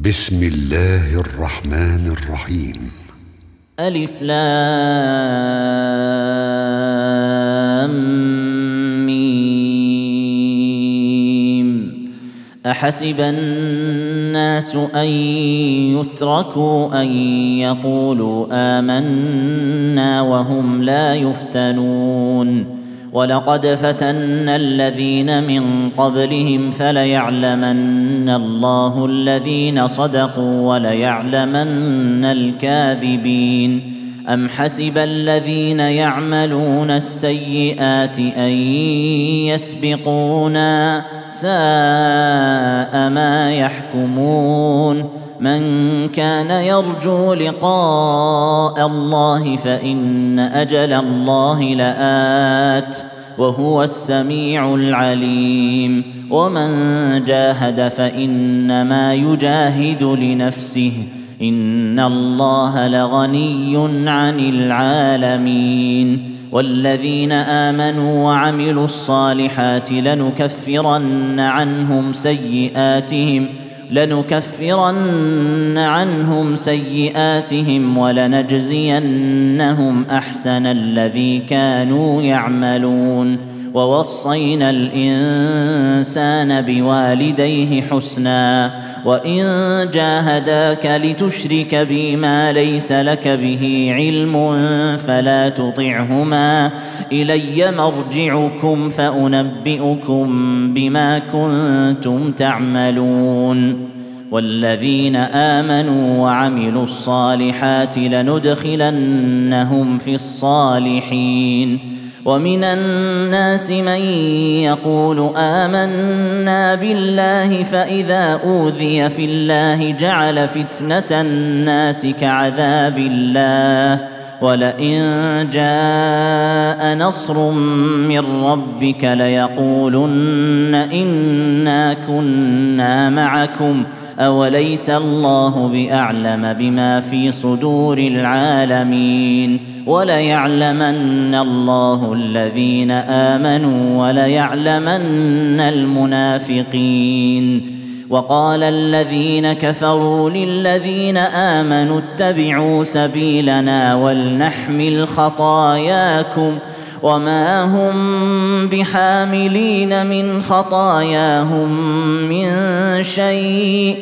بسم الله الرحمن الرحيم. ألف لام ميم. أحسب الناس أن يتركوا أن يقولوا آمنا وهم لا يفتنون ولقد فتنا الذين من قبلهم فليعلمن الله الذين صدقوا وليعلمن الكاذبين. أم حسب الذين يعملون السيئات أن يسبقونا ساء ما يحكمون. من كان يرجو لقاء الله فإن أجل الله لآت وهو السميع العليم. ومن جاهد فإنما يجاهد لنفسه إن الله لغني عن العالمين. والذين آمنوا وعملوا الصالحات لنكفرن عنهم سيئاتهم ولنجزينهم أحسن الذي كانوا يعملون. ووصينا الإنسان بوالديه حسنا وإن جاهداك لتشرك بي ما ليس لك به علم فلا تطعهما إلي مرجعكم فأنبئكم بما كنتم تعملون. والذين آمنوا وعملوا الصالحات لندخلنهم في الصالحين. ومن الناس من يقول آمنا بالله فإذا أوذي في الله جعل فتنة الناس كعذاب الله ولئن جاء نصر من ربك ليقولن إنا كنا معكم أوليس الله بأعلم بما في صدور العالمين. وليعلمن الله الذين آمنوا وليعلمن المنافقين. وقال الذين كفروا للذين آمنوا اتبعوا سبيلنا ولنحمل خطاياكم وما هم بحاملين من خطاياهم من شيء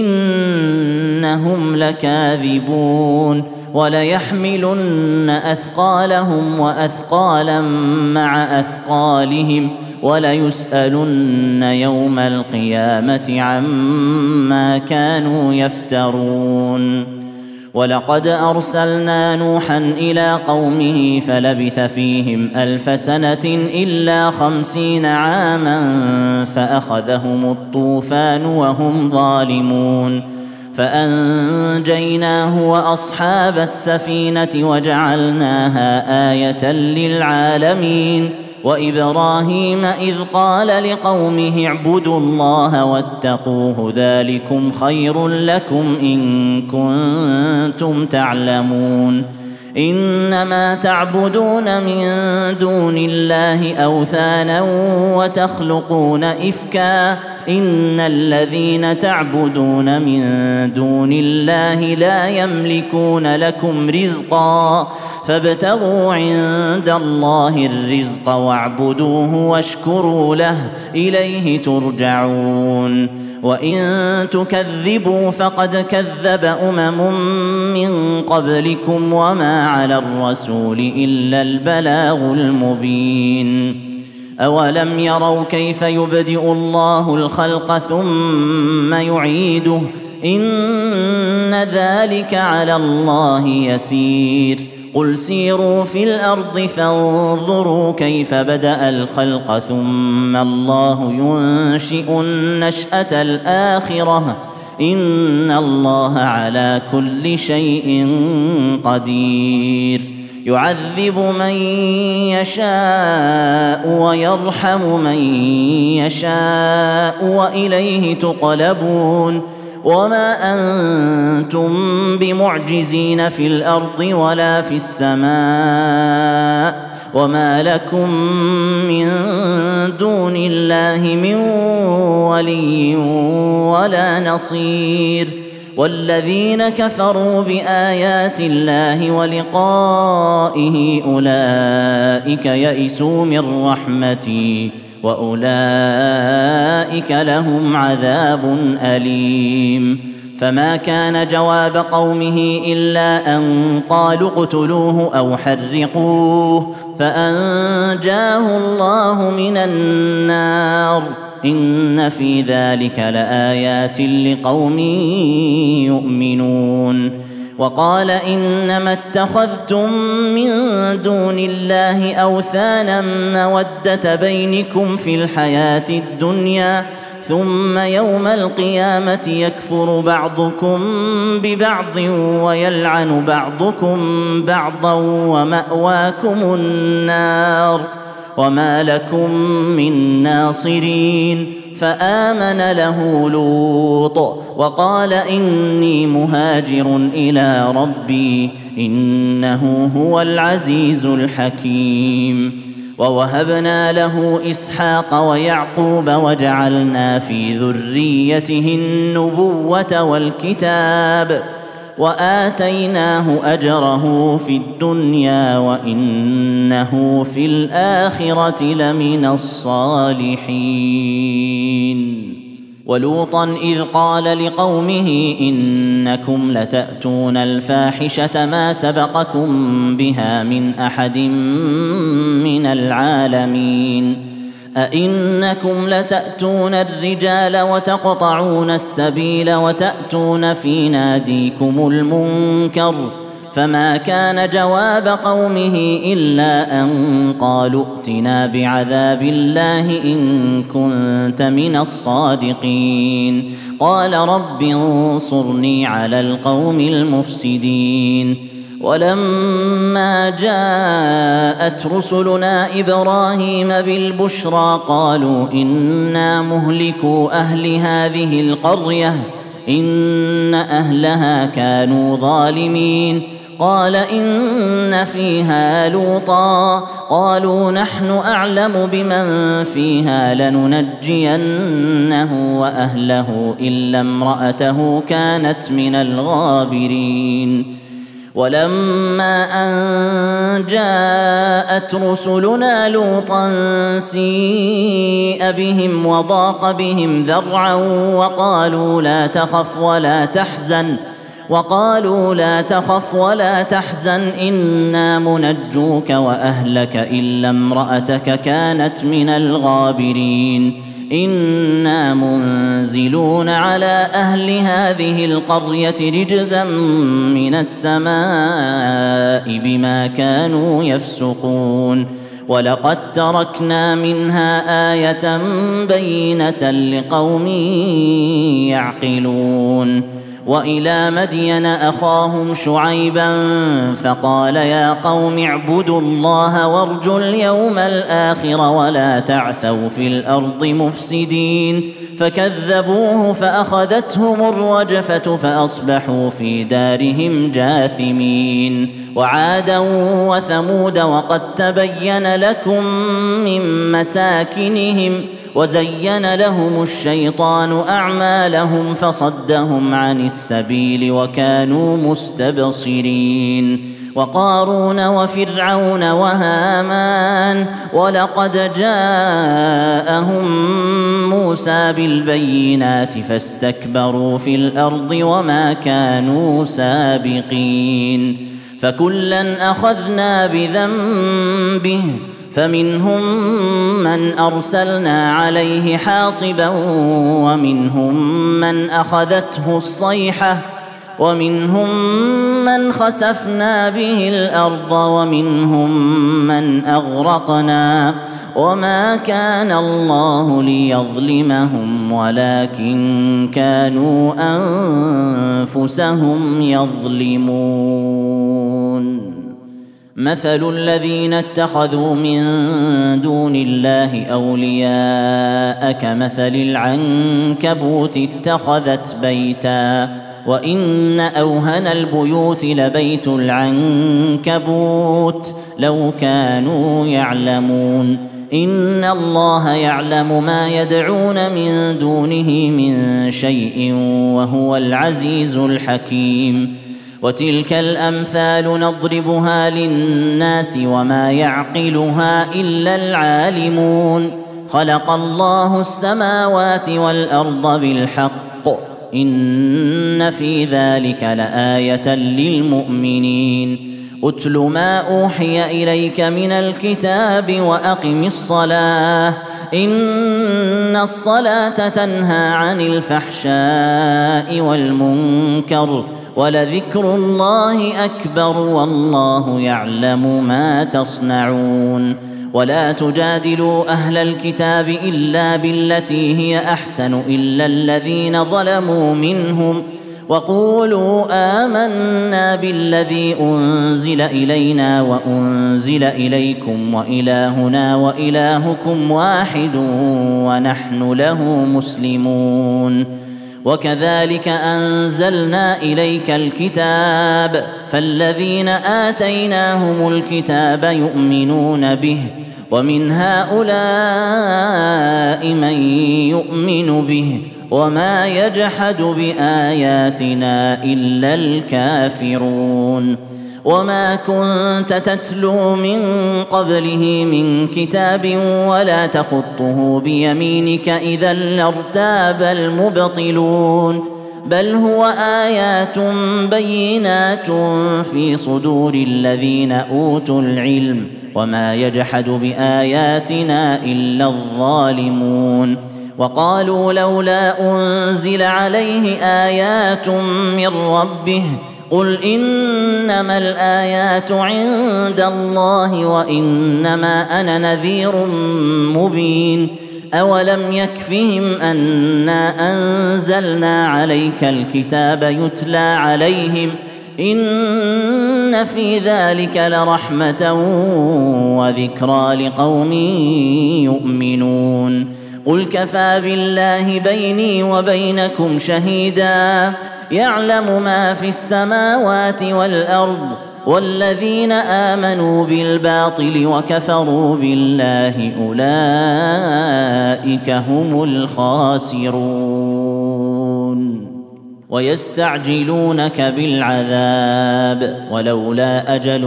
إنهم لكاذبون. وليحملن أثقالهم وأثقالا مع أثقالهم وليسألن يوم القيامة عما كانوا يفترون. ولقد أرسلنا نوحا إلى قومه فلبث فيهم 1000 سنة إلا 50 عاما فأخذهم الطوفان وهم ظالمون فأنجيناه وأصحاب السفينة وجعلناها آية للعالمين. وإبراهيم إذ قال لقومه اعبدوا الله واتقوه ذلكم خير لكم إن كنتم تعلمون. إنما تعبدون من دون الله أوثانا وتخلقون إفكا إن الذين تعبدون من دون الله لا يملكون لكم رزقا فابتغوا عند الله الرزق واعبدوه واشكروا له إليه ترجعون. وإن تكذبوا فقد كذب من قبلكم وما على الرسول إلا البلاغ المبين. أولم يروا كيف يبدئ الله الخلق ثم يعيده إن ذلك على الله يسير. قل سيروا في الأرض فانظروا كيف بدأ الخلق ثم الله ينشئ النشأة الآخرة إن الله على كل شيء قدير. يعذب من يشاء ويرحم من يشاء وإليه تقلبون. وما أنتم بمعجزين في الأرض ولا في السماء وما لكم من دون الله من ولي ولا نصير والذين كفروا بآيات الله ولقائه أولئك يئسوا من رحمتي وأولئك لهم عذاب أليم فما كان جواب قومه إلا أن قالوا اقتلوه أو حرقوه فأنجاه الله من النار إن في ذلك لآيات لقوم يؤمنون وقال إنما اتخذتم من دون الله أوثانا مودة بينكم في الحياة الدنيا ثم يوم القيامة يكفر بعضكم ببعض ويلعن بعضكم بعضا ومأواكم النار وما لكم من ناصرين فآمن له لوط وقال إني مهاجر إلى ربي إنه هو العزيز الحكيم ووهبنا له إسحاق ويعقوب وجعلنا في ذريته النبوة والكتاب وآتيناه أجره في الدنيا وإنه في الآخرة لمن الصالحين ولوطا إذ قال لقومه إنكم لتأتون الفاحشة ما سبقكم بها من أحد من العالمين أئنكم لتأتون الرجال وتقطعون السبيل وتأتون في ناديكم المنكر فما كان جواب قومه إلا أن قالوا ائتنا بعذاب الله إن كنت من الصادقين قال رب انصرني على القوم المفسدين ولما جاءت رسلنا إبراهيم بالبشرى قالوا إنا مهلكو أهل هذه القرية إن أهلها كانوا ظالمين قال إن فيها لوطا قالوا نحن أعلم بمن فيها لننجينه وأهله إلا امرأته كانت من الغابرين ولما أن جاءت رسلنا لوطا سيء بهم وضاق بهم ذرعا وقالوا لا تخف ولا تحزن إنا منجوك وأهلك إلا امرأتك كانت من الغابرين إنا منزلون على أهل هذه القرية رجزا من السماء بما كانوا يفسقون ولقد تركنا منها آية بينة لقوم يعقلون وإلى مدين أخاهم شعيبا فقال يا قوم اعبدوا الله وارجوا اليوم الآخر ولا تعثوا في الأرض مفسدين فكذبوه فأخذتهم الرجفة فأصبحوا في دارهم جاثمين وعادا وثمود وقد تبين لكم من مساكنهم وزين لهم الشيطان أعمالهم فصدهم عن السبيل وكانوا مستبصرين وقارون وفرعون وهامان ولقد جاءهم موسى بالبينات فاستكبروا في الأرض وما كانوا سابقين فكلا أخذنا بذنبه فمنهم من أرسلنا عليه حاصبا ومنهم من أخذته الصيحة ومنهم من خسفنا به الأرض ومنهم من أغرقنا وما كان الله ليظلمهم ولكن كانوا أنفسهم يظلمون مثل الذين اتخذوا من دون الله أولياء كمثل العنكبوت اتخذت بيتا وإن أوهن البيوت لبيت العنكبوت لو كانوا يعلمون إن الله يعلم ما يدعون من دونه من شيء وهو العزيز الحكيم وتلك الأمثال نضربها للناس وما يعقلها إلا العالمون خلق الله السماوات والأرض بالحق إن في ذلك لآية للمؤمنين أتل ما أوحي إليك من الكتاب وأقم الصلاة إن الصلاة تنهى عن الفحشاء والمنكر ولذكر الله أكبر والله يعلم ما تصنعون ولا تجادلوا أهل الكتاب إلا بالتي هي أحسن إلا الذين ظلموا منهم وقولوا آمنا بالذي أنزل إلينا وأنزل إليكم وإلهنا وإلهكم واحد ونحن له مسلمون وكذلك أنزلنا إليك الكتاب فالذين آتيناهم الكتاب يؤمنون به ومن هؤلاء من يؤمن به وما يجحد بآياتنا إلا الكافرون وما كنت تتلو من قبله من كتاب ولا تخطه بيمينك إذا لارتاب المبطلون بل هو آيات بينات في صدور الذين أوتوا العلم وما يجحد بآياتنا إلا الظالمون وقالوا لولا أنزل عليه آيات من ربه قل إنما الآيات عند الله وإنما أنا نذير مبين أولم يكفهم أنا أنزلنا عليك الكتاب يتلى عليهم إن في ذلك لرحمة وذكرى لقوم يؤمنون قل كفى بالله بيني وبينكم شهيدا يعلم ما في السماوات والأرض والذين آمنوا بالباطل وكفروا بالله أولئك هم الخاسرون ويستعجلونك بالعذاب ولولا أجل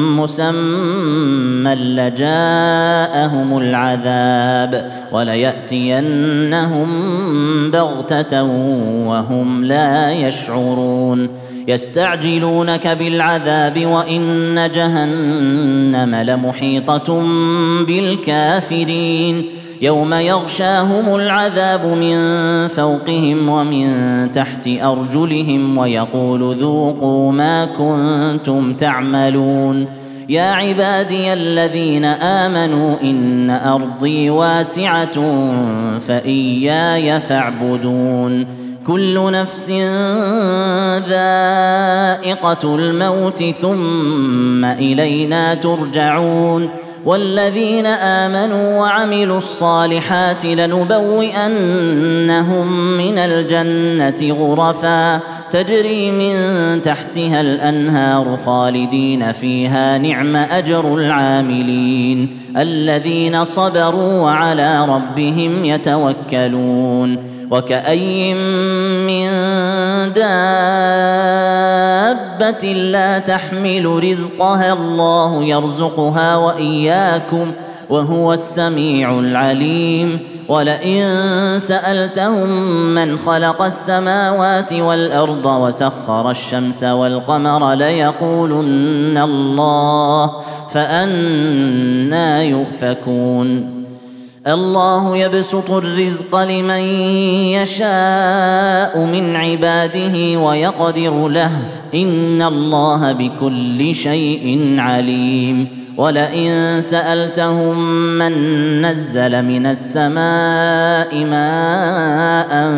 مسمى لجاءهم العذاب وليأتينهم بغتة وهم لا يشعرون يستعجلونك بالعذاب وإن جهنم لمحيطة بالكافرين يوم يغشاهم العذاب من فوقهم ومن تحت أرجلهم ويقول ذوقوا ما كنتم تعملون يا عبادي الذين آمنوا إن أرضي واسعة فإياي فاعبدون كل نفس ذائقة الموت ثم إلينا ترجعون والذين آمنوا وعملوا الصالحات لنبوئنهم من الجنة غرفا تجري من تحتها الأنهار خالدين فيها نعم أجر العاملين الذين صبروا وعلى ربهم يتوكلون وكأي من دابة لا تحمل رزقها الله يرزقها وإياكم وهو السميع العليم ولئن سألتهم من خلق السماوات والأرض وسخر الشمس والقمر ليقولن الله فأنى يؤفكون الله يبسط الرزق لمن يشاء من عباده ويقدر له إن الله بكل شيء عليم ولئن سألتهم من نزل من السماء ماء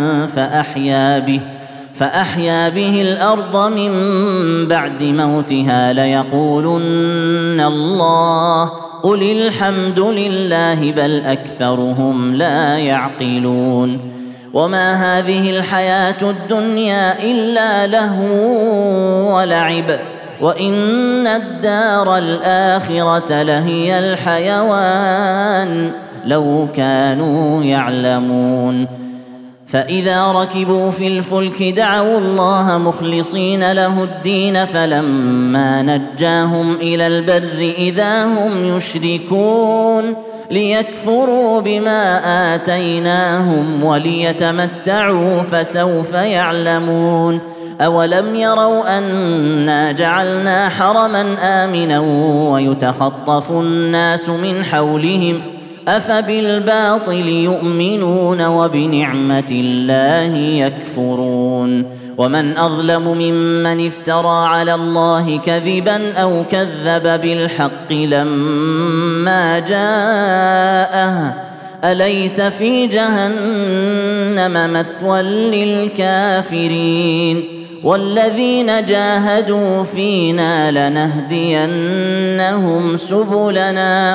فأحيا به الأرض من بعد موتها ليقولن الله قل الحمد لله بل أكثرهم لا يعقلون وما هذه الحياة الدنيا إلا لهو ولعب وإن الدار الآخرة لهي الحيوان لو كانوا يعلمون فإذا ركبوا في الفلك دعوا الله مخلصين له الدين فلما نجاهم إلى البر إذا هم يشركون ليكفروا بما آتيناهم وليتمتعوا فسوف يعلمون أولم يروا أنا جعلنا حرما آمنا ويتخطف الناس من حولهم أفبالباطل يؤمنون وبنعمة الله يكفرون ومن أظلم ممن افترى على الله كذبا أو كذب بالحق لما جاءه أليس في جهنم مثوى للكافرين والذين جاهدوا فينا لنهدينهم سبلنا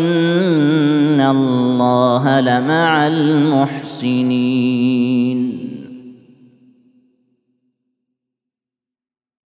وإن الله لمع المحسنين